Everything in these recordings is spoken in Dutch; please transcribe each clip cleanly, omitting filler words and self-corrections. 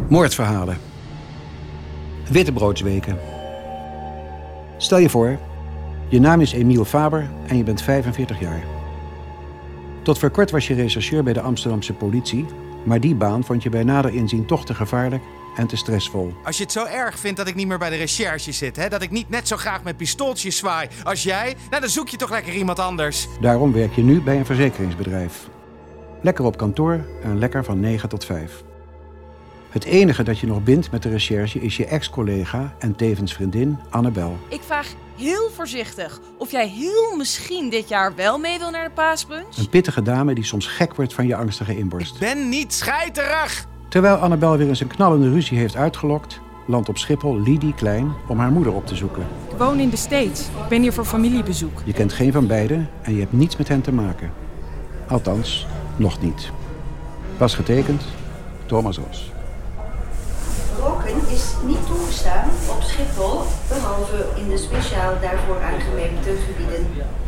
Moordverhalen. Wittebroodsweken. Stel je voor, je naam is Emiel Faber en je bent 45 jaar. Tot voor kort was je rechercheur bij de Amsterdamse politie, maar die baan vond je bij nader inzien toch te gevaarlijk en te stressvol. Als je het zo erg vindt dat ik niet meer bij de recherche zit, hè? Dat ik niet net zo graag met pistooltjes zwaai als jij, nou dan zoek je toch lekker iemand anders. Daarom werk je nu bij een verzekeringsbedrijf. Lekker op kantoor en lekker van 9 tot 5. Het enige dat je nog bindt met de recherche is je ex-collega en tevens vriendin Annabel. Ik vraag heel voorzichtig of jij heel misschien dit jaar wel mee wil naar de paasbrunch? Een pittige dame die soms gek wordt van je angstige inborst. Ik ben niet scheiterig! Terwijl Annabel weer eens een knallende ruzie heeft uitgelokt, landt op Schiphol Lidie Klein om haar moeder op te zoeken. Ik woon in de States. Ik ben hier voor familiebezoek. Je kent geen van beiden en je hebt niets met hen te maken. Althans, nog niet. Pas getekend, Thomas Ros. Roken is niet toegestaan op Schiphol, behalve in de speciaal daarvoor aangemerkte gebieden.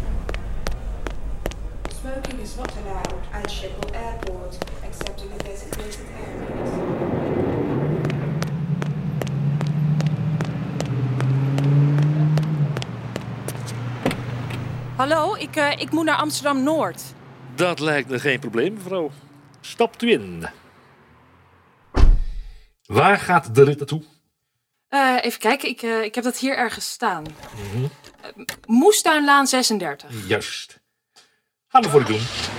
Smoking is not allowed at Schiphol Airport, except in the designated areas. Hallo, ik moet naar Amsterdam-Noord. Dat lijkt me geen probleem, mevrouw. Stapt u in. Waar gaat de rit naartoe? Even kijken, ik heb dat hier ergens staan. Moestuinlaan 36. Juist. Gaan we voor u doen.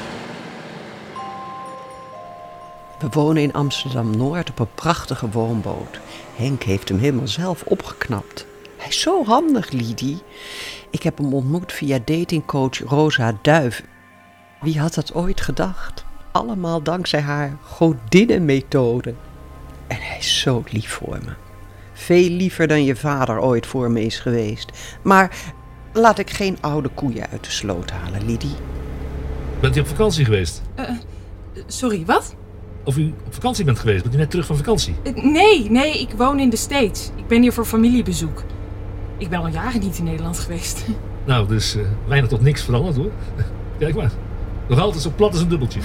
We wonen in Amsterdam-Noord op een prachtige woonboot. Henk heeft hem helemaal zelf opgeknapt. Hij is zo handig, Lidie. Ik heb hem ontmoet via datingcoach Rosa Duif. Wie had dat ooit gedacht? Allemaal dankzij haar godinnenmethode. En hij is zo lief voor me. Veel liever dan je vader ooit voor me is geweest. Maar laat ik geen oude koeien uit de sloot halen, Lidie. Bent u op vakantie geweest? Sorry, wat? Of u op vakantie bent geweest? Bent u net terug van vakantie? Nee, ik woon in de States. Ik ben hier voor familiebezoek. Ik ben al jaren niet in Nederland geweest. Nou, dus weinig tot niks veranderd hoor. Kijk maar. Nog altijd zo plat als een dubbeltje.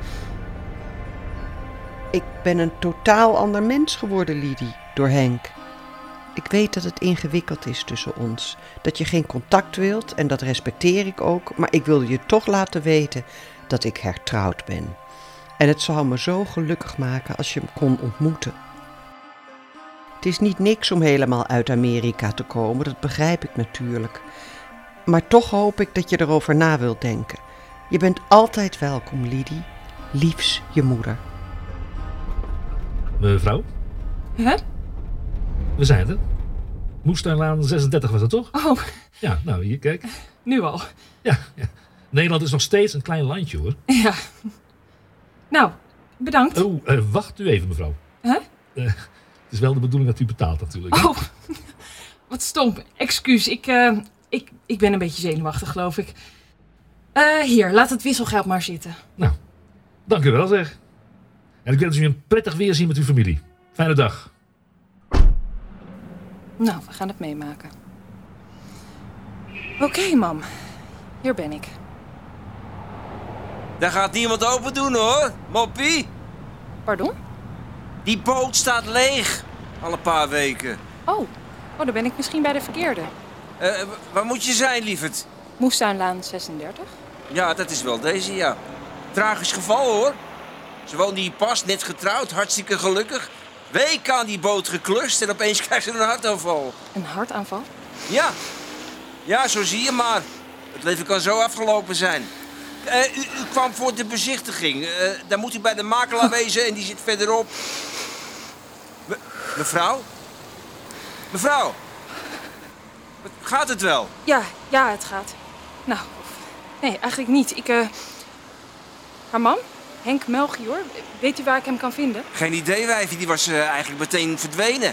Ik ben een totaal ander mens geworden, Lidie, door Henk. Ik weet dat het ingewikkeld is tussen ons. Dat je geen contact wilt en dat respecteer ik ook. Maar ik wilde je toch laten weten dat ik hertrouwd ben. En het zou me zo gelukkig maken als je hem kon ontmoeten. Het is niet niks om helemaal uit Amerika te komen, dat begrijp ik natuurlijk. Maar toch hoop ik dat je erover na wilt denken. Je bent altijd welkom, Lidie. Liefs, je moeder. Mevrouw? Huh? We zijn er. Moestuinlaan 36 was dat toch? Oh, Ja, nou hier, kijk. nu al. Ja. Nederland is nog steeds een klein landje hoor. Ja. Nou, bedankt. Oh, wacht u even mevrouw. Huh? Het is wel de bedoeling dat u betaalt natuurlijk. Oh, wat stom. Excuus, ik ben een beetje zenuwachtig, geloof ik. Hier, laat het wisselgeld maar zitten. Nou, dank u wel zeg. En ik wens u een prettig weerzien met uw familie. Fijne dag. Nou, we gaan het meemaken. Oké, mam. Hier ben ik. Daar gaat niemand open doen hoor, moppie. Pardon? Die boot staat leeg. Al een paar weken. Oh, dan ben ik misschien bij de verkeerde. Waar moet je zijn, lieverd? Moestuinlaan 36. Ja, dat is wel deze, ja. Tragisch geval hoor. Ze woonde hier pas, net getrouwd, hartstikke gelukkig. Weken aan die boot geklust en opeens krijgt ze een hartaanval. Een hartaanval? Ja, zo zie je maar. Het leven kan zo afgelopen zijn. U kwam voor de bezichtiging. Dan moet u bij de makelaar wezen en die zit verderop. Mevrouw? Mevrouw? Gaat het wel? Ja, het gaat. Nou, nee, eigenlijk niet. Haar man? Henk Melchior. Weet u waar ik hem kan vinden? Geen idee, wijfie. Die was eigenlijk meteen verdwenen.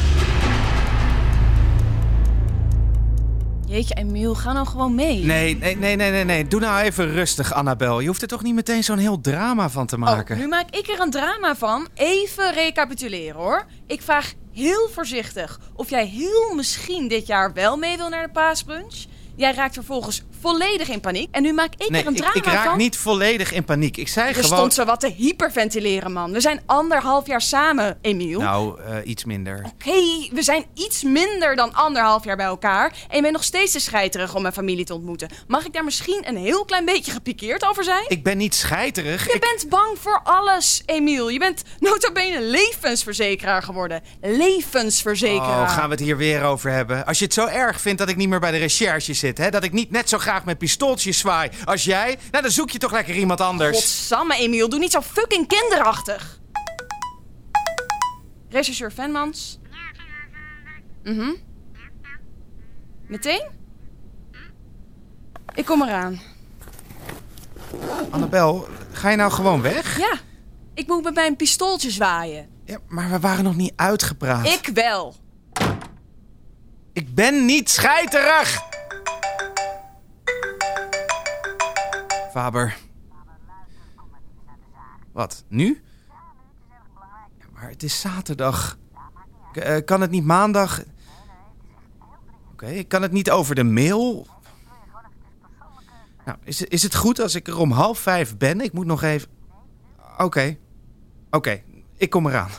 Jeetje, Emiel, ga nou gewoon mee. Nee. Doe nou even rustig, Annabel. Je hoeft er toch niet meteen zo'n heel drama van te maken. Oh, nu maak ik er een drama van. Even recapituleren, hoor. Ik vraag heel voorzichtig of jij heel misschien dit jaar wel mee wil naar de paasbrunch. Jij raakt vervolgens volledig in paniek. En nu maak ik er een drama van. Ik raak niet volledig in paniek. Ik zei Je gewoon... stond zo wat te hyperventileren, man. We zijn 1,5 jaar samen, Emiel. Nou, iets minder. Oké, we zijn iets minder dan 1,5 jaar bij elkaar. En je bent nog steeds te scheiterig om mijn familie te ontmoeten. Mag ik daar misschien een heel klein beetje gepikeerd over zijn? Ik ben niet scheiterig. Je bent bang voor alles, Emiel. Je bent nota bene levensverzekeraar geworden. Levensverzekeraar. Oh, gaan we het hier weer over hebben? Als je het zo erg vindt dat ik niet meer bij de recherche zit, hè? Dat ik niet net zo graag met pistooltjes zwaai als jij, nou dan zoek je toch lekker iemand anders. Godsamme, Emiel, doe niet zo fucking kinderachtig. Rechercheur Venmans. Meteen? Ik kom eraan. Annabel, ga je nou gewoon weg? Ja, ik moet met mijn pistooltje zwaaien. Ja, maar we waren nog niet uitgepraat. Ik wel. Ik ben niet scheiterig! Faber. Wat, nu? Ja, maar het is zaterdag. Kan het niet maandag? Oké, kan het niet over de mail? Nou, is het goed als ik er om 4:30 ben? Ik moet nog even... Oké, ik kom eraan.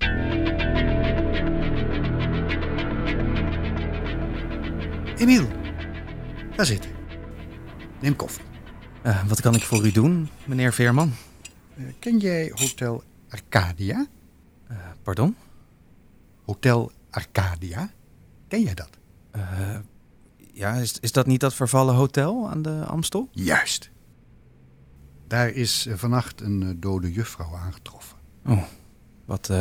Emiel, ga zitten. Neem koffie. Wat kan ik voor u doen, meneer Veerman? Ken jij Hotel Arcadia? Pardon? Hotel Arcadia? Ken jij dat? Ja, is dat niet dat vervallen hotel aan de Amstel? Juist. Daar is vannacht een dode juffrouw aangetroffen. Oh, wat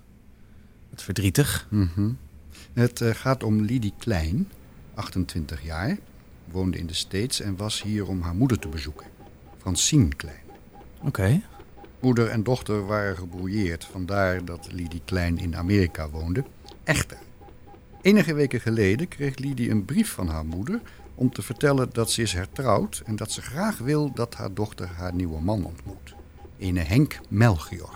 verdrietig. Het gaat om Lidie Klein, 28 jaar, woonde in de States en was hier om haar moeder te bezoeken. Francine Klein. Oké. Moeder en dochter waren gebrouilleerd, vandaar dat Lidie Klein in Amerika woonde. Echter, enige weken geleden kreeg Lidie een brief van haar moeder om te vertellen dat ze is hertrouwd en dat ze graag wil dat haar dochter haar nieuwe man ontmoet. Ene Henk Melchior.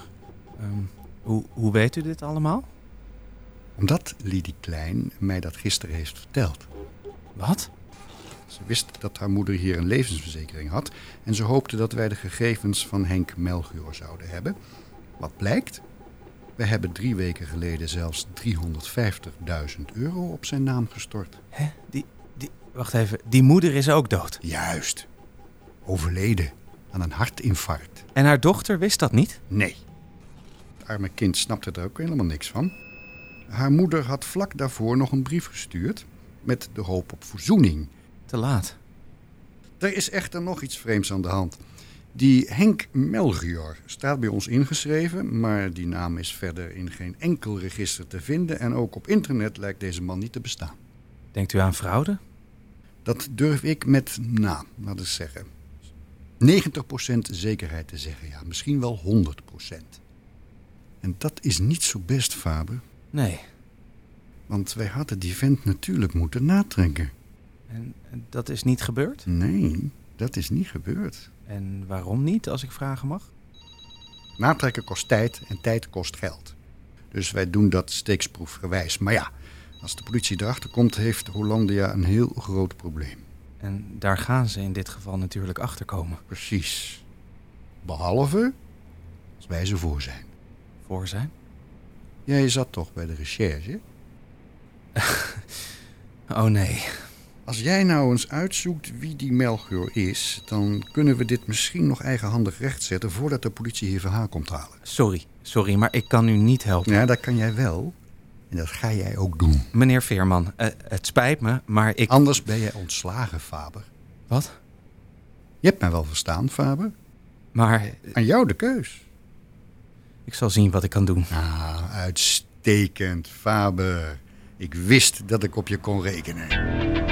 Hoe weet u dit allemaal? Omdat Lidie Klein mij dat gisteren heeft verteld. Wat? Ze wist dat haar moeder hier een levensverzekering had en ze hoopte dat wij de gegevens van Henk Melchior zouden hebben. Wat blijkt? We hebben 3 weken geleden zelfs €350.000 op zijn naam gestort. Hè? Wacht even, die moeder is ook dood? Juist. Overleden aan een hartinfarct. En haar dochter wist dat niet? Nee. Het arme kind snapte er ook helemaal niks van. Haar moeder had vlak daarvoor nog een brief gestuurd met de hoop op verzoening. Te laat. Er is echter nog iets vreemds aan de hand. Die Henk Melchior staat bij ons ingeschreven, maar die naam is verder in geen enkel register te vinden en ook op internet lijkt deze man niet te bestaan. Denkt u aan fraude? Dat durf ik met, laten we zeggen, 90% zekerheid te zeggen. Ja, misschien wel 100%. En dat is niet zo best, Faber. Nee. Want wij hadden die vent natuurlijk moeten natrekken. En dat is niet gebeurd? Nee, dat is niet gebeurd. En waarom niet, als ik vragen mag? Natrekken kost tijd en tijd kost geld. Dus wij doen dat steeksproefgewijs. Maar ja, als de politie erachter komt, heeft Hollandia een heel groot probleem. En daar gaan ze in dit geval natuurlijk achter komen. Precies. Behalve als wij ze voor zijn. Voor zijn? Jij zat toch bij de recherche? Oh nee. Als jij nou eens uitzoekt wie die Melchior is, dan kunnen we dit misschien nog eigenhandig rechtzetten voordat de politie hier verhaal komt halen. Sorry, maar ik kan u niet helpen. Ja, dat kan jij wel. En dat ga jij ook doen. Meneer Veerman, het spijt me, maar ik... Anders ben jij ontslagen, Faber. Wat? Je hebt mij wel verstaan, Faber. Maar... Aan jou de keus. Ik zal zien wat ik kan doen. Uitstekend, Faber. Ik wist dat ik op je kon rekenen.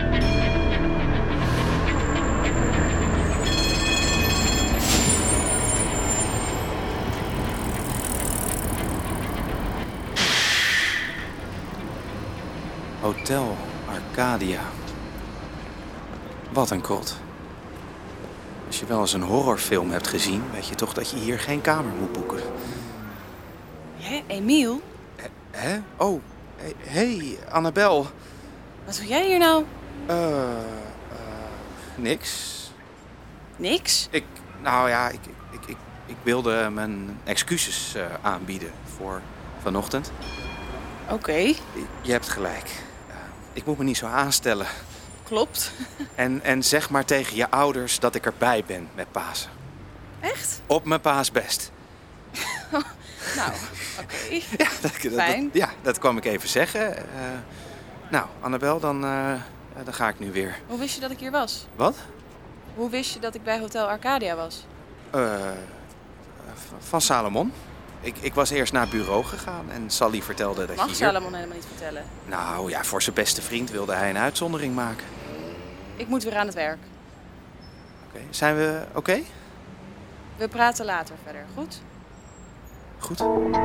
Hotel Arcadia. Wat een kot. Als je wel eens een horrorfilm hebt gezien, weet je toch dat je hier geen kamer moet boeken. Hé, Emiel? Hè? Oh, hey, Annabel. Wat doe jij hier nou? Niks. Niks? Ik wilde mijn excuses aanbieden voor vanochtend. Oké, Je hebt gelijk. Ik moet me niet zo aanstellen. klopt. En zeg maar tegen je ouders dat ik erbij ben met Pasen. Echt? Op mijn paasbest. Nou, oké. Fijn. Dat kwam ik even zeggen. Annabel, dan ga ik nu weer. Hoe wist je dat ik hier was? Wat? Hoe wist je dat ik bij Hotel Arcadia was? Van Salomon. Ik was eerst naar het bureau gegaan en Sally vertelde dat Mag je hier... Salomon helemaal niet vertellen. Nou ja, voor zijn beste vriend wilde hij een uitzondering maken. Ik moet weer aan het werk. Oké. Zijn we oké? We praten later verder, goed? Goed.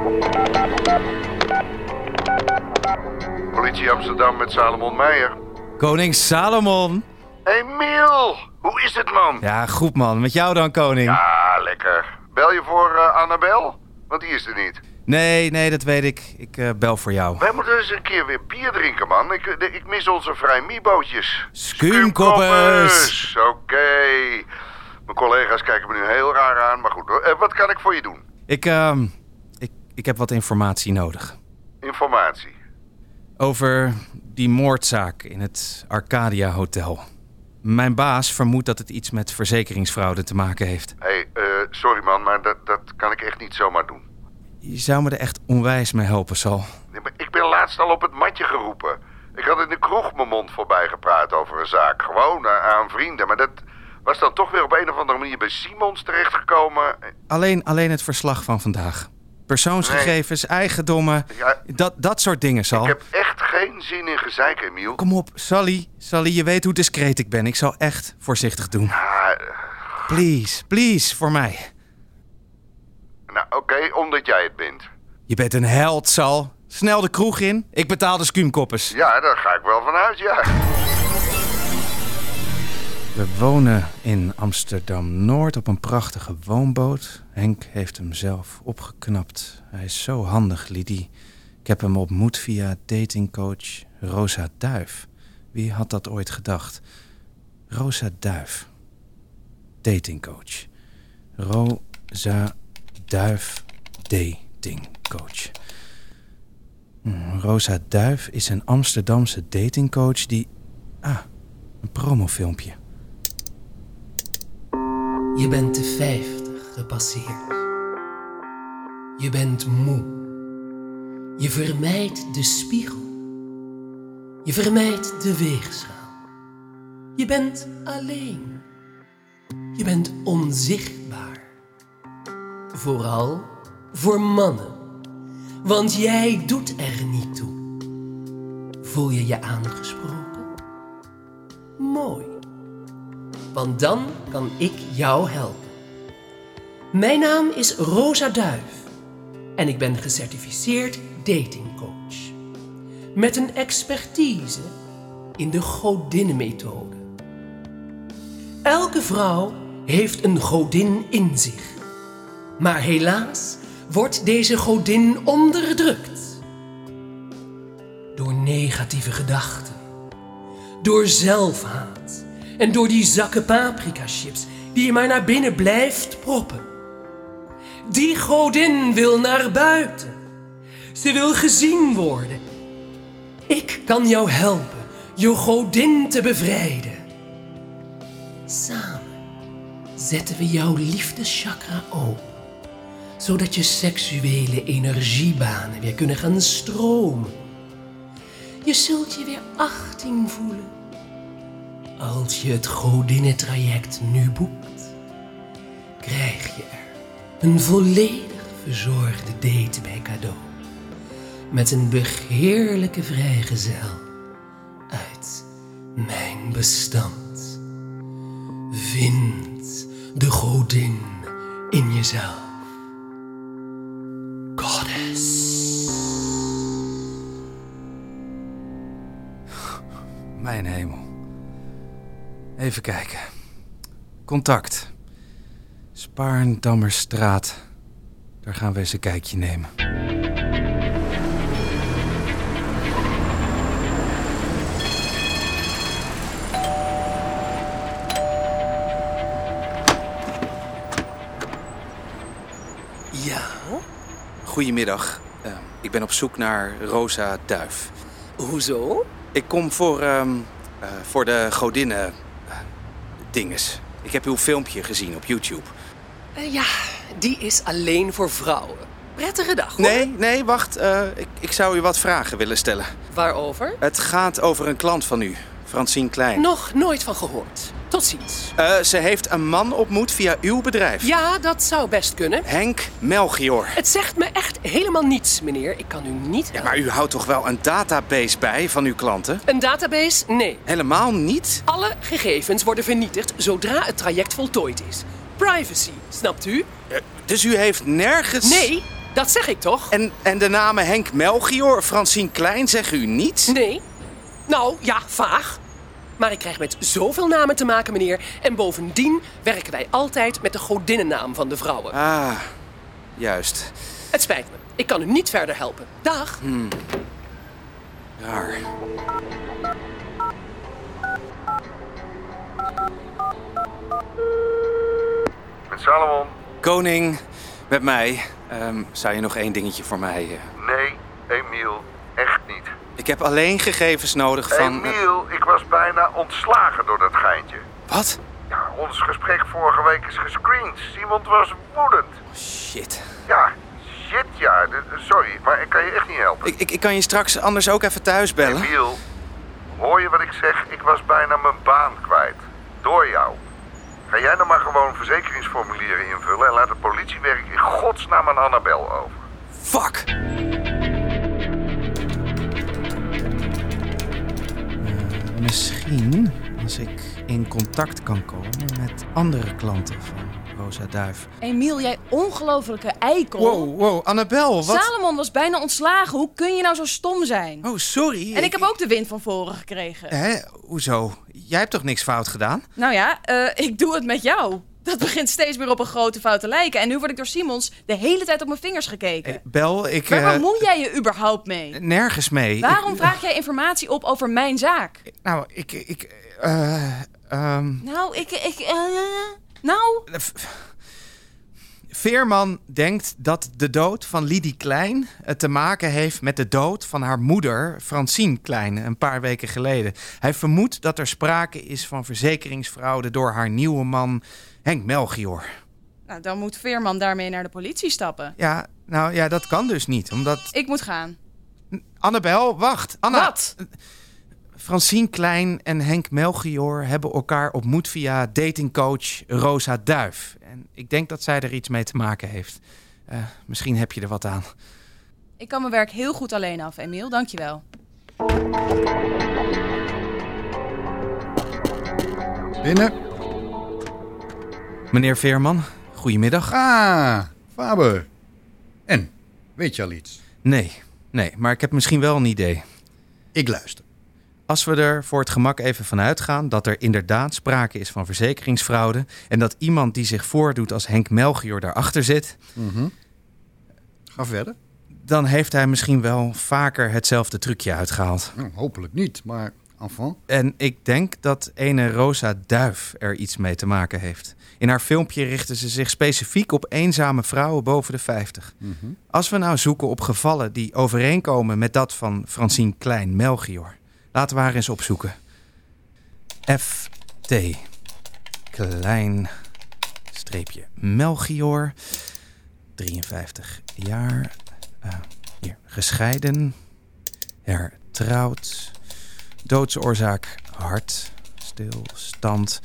Politie Amsterdam met Salomon Meijer. Koning Salomon. Emiel, hoe is het, man? Ja, goed man. Met jou dan, koning? Ja, lekker. Bel je voor Annabel? Want die is er niet. Nee, dat weet ik. Ik bel voor jou. Wij moeten eens een keer weer bier drinken, man. Ik mis onze vrijmiebootjes. Skuumkoppers! Oké. Mijn collega's kijken me nu heel raar aan, maar goed. Wat kan ik voor je doen? Ik heb wat informatie nodig. Informatie? Over die moordzaak in het Arcadia Hotel. Mijn baas vermoedt dat het iets met verzekeringsfraude te maken heeft. Sorry man, maar dat kan ik echt niet zomaar doen. Je zou me er echt onwijs mee helpen, Sal. Nee, maar ik ben laatst al op het matje geroepen. Ik had in de kroeg mijn mond voorbij gepraat over een zaak. Gewoon aan vrienden. Maar dat was dan toch weer op een of andere manier bij Simons terechtgekomen. Alleen het verslag van vandaag. Persoonsgegevens, eigendommen, dat soort dingen, Sal. Ik heb echt geen zin in gezeik, Emiel. Kom op, Sally, je weet hoe discreet ik ben. Ik zal echt voorzichtig doen. Please, voor mij. Nou, oké, omdat jij het bent. Je bent een held, Sal. Snel de kroeg in. Ik betaal de skuumkoppers. Ja, daar ga ik wel vanuit, ja. We wonen in Amsterdam-Noord op een prachtige woonboot. Henk heeft hem zelf opgeknapt. Hij is zo handig, Lidie. Ik heb hem ontmoet via datingcoach Rosa Duif. Wie had dat ooit gedacht? Rosa Duif. Datingcoach. Rosa Duif, datingcoach. Rosa Duif is een Amsterdamse datingcoach die... een promofilmpje. Je bent de 50 gepasseerd. Je bent moe. Je vermijdt de spiegel. Je vermijdt de weegschaal. Je bent alleen. Je bent onzichtbaar. Vooral voor mannen. Want jij doet er niet toe. Voel je je aangesproken? Mooi. Want dan kan ik jou helpen. Mijn naam is Rosa Duif. En ik ben gecertificeerd datingcoach. Met een expertise in de godinnenmethode. Elke vrouw heeft een godin in zich. Maar helaas wordt deze godin onderdrukt. Door negatieve gedachten. Door zelfhaat. En door die zakken paprikachips die je maar naar binnen blijft proppen. Die godin wil naar buiten. Ze wil gezien worden. Ik kan jou helpen je godin te bevrijden. Samen zetten we jouw liefdeschakra open. Zodat je seksuele energiebanen weer kunnen gaan stromen. Je zult je weer 18 voelen. Als je het godinnentraject nu boekt, krijg je er een volledig verzorgde date bij cadeau. Met een begeerlijke vrijgezel uit mijn bestand. Vind de godin in jezelf. Goddess. Mijn hemel. Even kijken. Contact. Spaarndammerstraat. Daar gaan we eens een kijkje nemen. Goedemiddag. Ik ben op zoek naar Rosa Duif. Hoezo? Ik kom voor de godinnen dinges. Ik heb uw filmpje gezien op YouTube. Ja, die is alleen voor vrouwen. Prettige dag, hoor. Nee, wacht. Ik zou u wat vragen willen stellen. Waarover? Het gaat over een klant van u, Francine Klein. Nog nooit van gehoord. Tot ziens. Ze heeft een man ontmoet via uw bedrijf. Ja, dat zou best kunnen. Henk Melchior. Het zegt me echt helemaal niets, meneer. Ik kan u niet helpen. Ja, maar u houdt toch wel een database bij van uw klanten? Een database? Nee. Helemaal niet? Alle gegevens worden vernietigd zodra het traject voltooid is. Privacy, snapt u? Dus u heeft nergens... Nee, dat zeg ik toch? En de namen Henk Melchior, Francine Klein zeggen u niets? Nee. Nou, ja, vaag. Maar ik krijg met zoveel namen te maken, meneer. En bovendien werken wij altijd met de godinnennaam van de vrouwen. Ah, juist. Het spijt me. Ik kan u niet verder helpen. Dag. Raar. Met Salomon? Koning, met mij. Zou je nog één dingetje voor mij... Nee, Emiel, echt niet. Ik heb alleen gegevens nodig van... Emiel, ik was bijna ontslagen door dat geintje. Wat? Ja, ons gesprek vorige week is gescreend. Simon was woedend. Shit. Ja, shit ja. Sorry, maar ik kan je echt niet helpen. Ik kan je straks anders ook even thuis bellen. Emiel, hoor je wat ik zeg? Ik was bijna mijn baan kwijt. Door jou. Ga jij nou maar gewoon verzekeringsformulieren invullen en laat het politiewerk in godsnaam aan Annabel over. Fuck! Misschien als ik in contact kan komen met andere klanten van Rosa Duif. Emiel, jij ongelofelijke eikel. Wow, Annabel, wat? Salomon was bijna ontslagen. Hoe kun je nou zo stom zijn? Oh, sorry. En ik heb ook de wind van voren gekregen. Hè? Hoezo? Jij hebt toch niks fout gedaan? Nou ja, ik doe het met jou. Dat begint steeds meer op een grote fout te lijken. En nu word ik door Simons de hele tijd op mijn vingers gekeken. Bel, Waar bemoei jij je überhaupt mee? Nergens mee. Waarom vraag jij informatie op over mijn zaak? Nou, Veerman denkt dat de dood van Lidie Klein te maken heeft met de dood van haar moeder, Francine Klein, een paar weken geleden. Hij vermoedt dat er sprake is van verzekeringsfraude door haar nieuwe man, Henk Melchior. Nou, dan moet Veerman daarmee naar de politie stappen. Ja, nou ja, dat kan dus niet, omdat... Ik moet gaan. Annabel, wacht. Anna. Wat? Francine Klein en Henk Melchior hebben elkaar ontmoet via datingcoach Rosa Duif. En ik denk dat zij er iets mee te maken heeft. Misschien heb je er wat aan. Ik kan mijn werk heel goed alleen af, Emiel. Dankjewel. Binnen. Meneer Veerman, goedemiddag. Ah, Faber. En, weet je al iets? Nee, maar ik heb misschien wel een idee. Ik luister. Als we er voor het gemak even van uitgaan dat er inderdaad sprake is van verzekeringsfraude en dat iemand die zich voordoet als Henk Melchior daarachter zit... Ga verder. Dan heeft hij misschien wel vaker hetzelfde trucje uitgehaald. Nou, hopelijk niet, maar enfant. En ik denk dat ene Rosa Duif er iets mee te maken heeft. In haar filmpje richten ze zich specifiek op eenzame vrouwen boven de 50. Als we nou zoeken op gevallen die overeenkomen met dat van Francine Klein Melchior... Laten we haar eens opzoeken. F.T. Klein streepje Melchior. 53 jaar. Hier, gescheiden. Hertrouwd. Doodsoorzaak hartstilstand.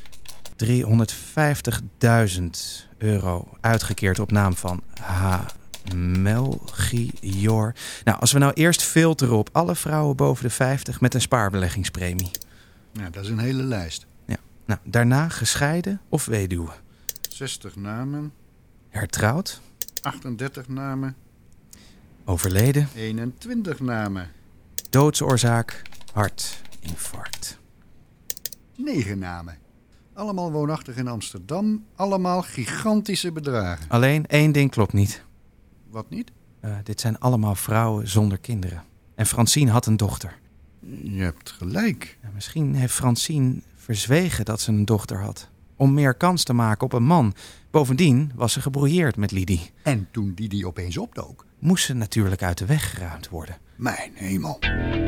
€350.000 uitgekeerd op naam van H. Melchior. Nou, als we nou eerst filteren op alle vrouwen boven de 50 met een spaarbeleggingspremie. Nou, dat is een hele lijst. Ja. Nou, daarna gescheiden of weduwe. 60 namen. Hertrouwd. 38 namen. Overleden. 21 namen. Doodsoorzaak hartinfarct. 9 namen. Allemaal woonachtig in Amsterdam. Allemaal gigantische bedragen. Alleen één ding klopt niet. Wat niet? Dit zijn allemaal vrouwen zonder kinderen. En Francine had een dochter. Je hebt gelijk. Misschien heeft Francine verzwegen dat ze een dochter had. Om meer kans te maken op een man. Bovendien was ze gebrouilleerd met Lidie. En toen die opeens opdook, moest ze natuurlijk uit de weg geruimd worden. Mijn hemel.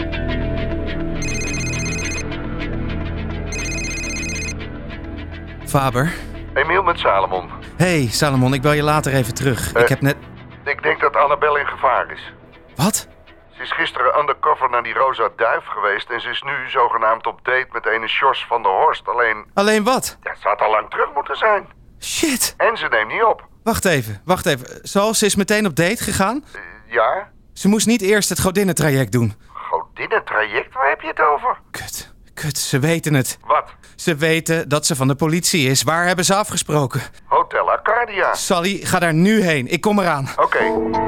Faber? Emiel met Salomon. Hey, Salomon, ik bel je later even terug. Ik heb net... Ik denk dat Annabel in gevaar is. Wat? Ze is gisteren undercover naar die Rosa Duif geweest en ze is nu zogenaamd op date met ene Sjors van der Horst. Alleen wat? Ja, ze had al lang terug moeten zijn. Shit. En ze neemt niet op. Wacht even. Ze is meteen op date gegaan? Ja? Ze moest niet eerst het godinnentraject doen. Godinnentraject? Waar heb je het over? Kut, ze weten het. Wat? Ze weten dat ze van de politie is. Waar hebben ze afgesproken? Hotel Arcadia. Sally, ga daar nu heen. Ik kom eraan. Oké.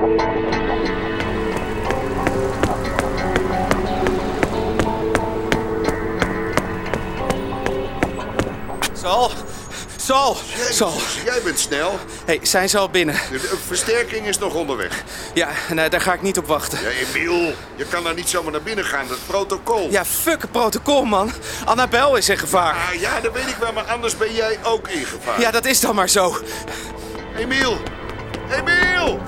Sal. Jij bent snel. Hey, zijn ze al binnen? De versterking is nog onderweg. Ja, daar ga ik niet op wachten. Ja, Emiel, je kan daar niet zomaar naar binnen gaan. Dat is protocol. Ja, fuck het protocol, man. Annabel is in gevaar. Ah, ja, dat weet ik wel, maar anders ben jij ook in gevaar. Ja, dat is dan maar zo. Emiel! Emiel!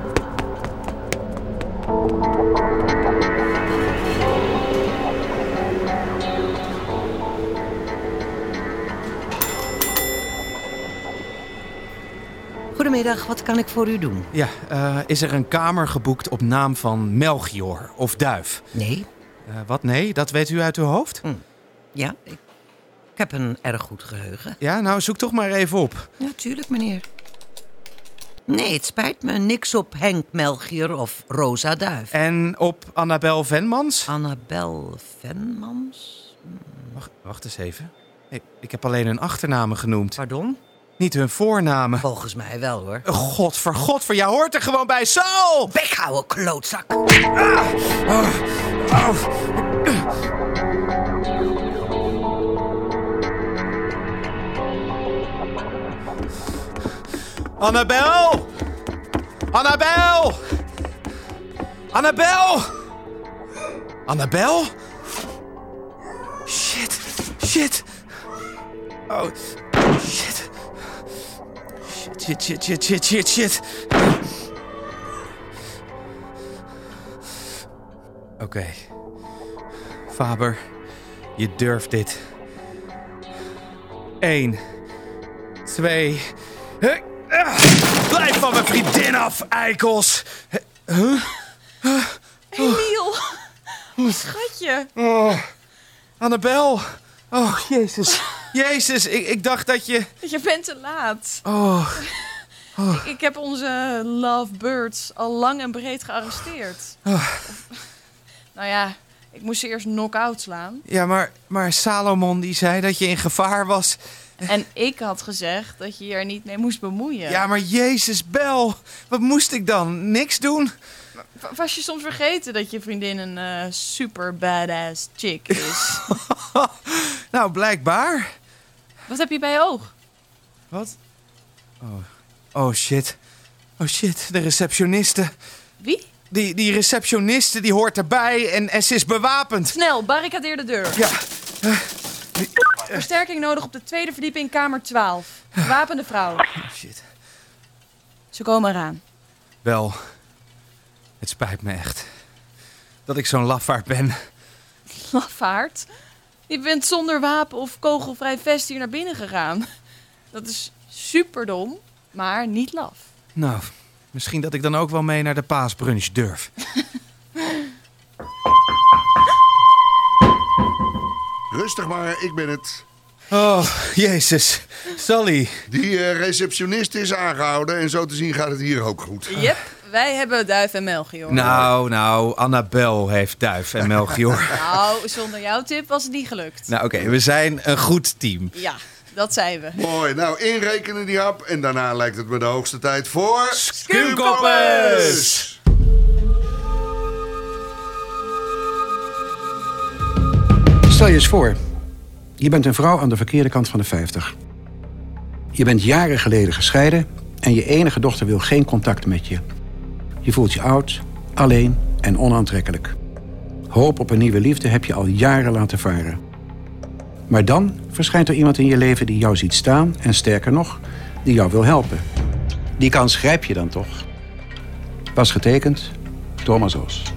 Goedemiddag, wat kan ik voor u doen? Ja, is er een kamer geboekt op naam van Melchior of Duif? Nee. Wat nee? Dat weet u uit uw hoofd? Ja, ik heb een erg goed geheugen. Ja, nou zoek toch maar even op. Ja, tuurlijk, meneer. Nee, het spijt me. Niks op Henk Melchior of Rosa Duif. En op Annabel Venmans? Annabel Venmans? Wacht eens even. Hey, ik heb alleen hun achternamen genoemd. Pardon? Niet hun voornamen. Volgens mij wel, hoor. Godver, jij hoort er gewoon bij. Zo! Bek houden, klootzak! Annabel! Annabel! Annabel! Annabel? Shit. Oh, shit. Shit. Oké. Faber, je durft dit. 1, 2... Blijf van mijn vriendin af, eikels! Emiel! Schatje! Oh, Annabel! Oh, Jezus, ik dacht dat je... Je bent te laat. Oh. Ik heb onze lovebirds al lang en breed gearresteerd. Nou ja, ik moest ze eerst knock-out slaan. Ja, maar Salomon die zei dat je in gevaar was. En ik had gezegd dat je je er niet mee moest bemoeien. Ja, maar Jezus, Bel. Wat moest ik dan? Niks doen? Was je soms vergeten dat je vriendin een super badass chick is? Nou, blijkbaar. Wat heb je bij je oog? Wat? Oh, shit. De receptioniste. Wie? Die receptioniste, die hoort erbij en ze is bewapend. Snel, barricadeer de deur. Ja. Versterking nodig op de tweede verdieping, kamer 12. Gewapende vrouw. Oh, shit. Ze komen eraan. Wel, het spijt me echt. Dat ik zo'n lafaard ben. Lafaard? Je bent zonder wapen of kogelvrij vest hier naar binnen gegaan. Dat is superdom, maar niet laf. Nou, misschien dat ik dan ook wel mee naar de paasbrunch durf. Rustig maar, ik ben het. Oh, Jezus. Sally. Die receptionist is aangehouden en zo te zien gaat het hier ook goed. Yep, wij hebben Duif en Melchior. Nou, Annabel heeft Duif en Melchior. Nou, zonder jouw tip was het niet gelukt. Nou, oké, we zijn een goed team. Ja, dat zijn we. Mooi, nou inrekenen die hap en daarna lijkt het me de hoogste tijd voor... Skuumkoppers! Stel je eens voor, je bent een vrouw aan de verkeerde kant van de 50. Je bent jaren geleden gescheiden en je enige dochter wil geen contact met je. Je voelt je oud, alleen en onaantrekkelijk. Hoop op een nieuwe liefde heb je al jaren laten varen. Maar dan verschijnt er iemand in je leven die jou ziet staan en sterker nog, die jou wil helpen. Die kans grijp je dan toch? Was getekend Thomas Os.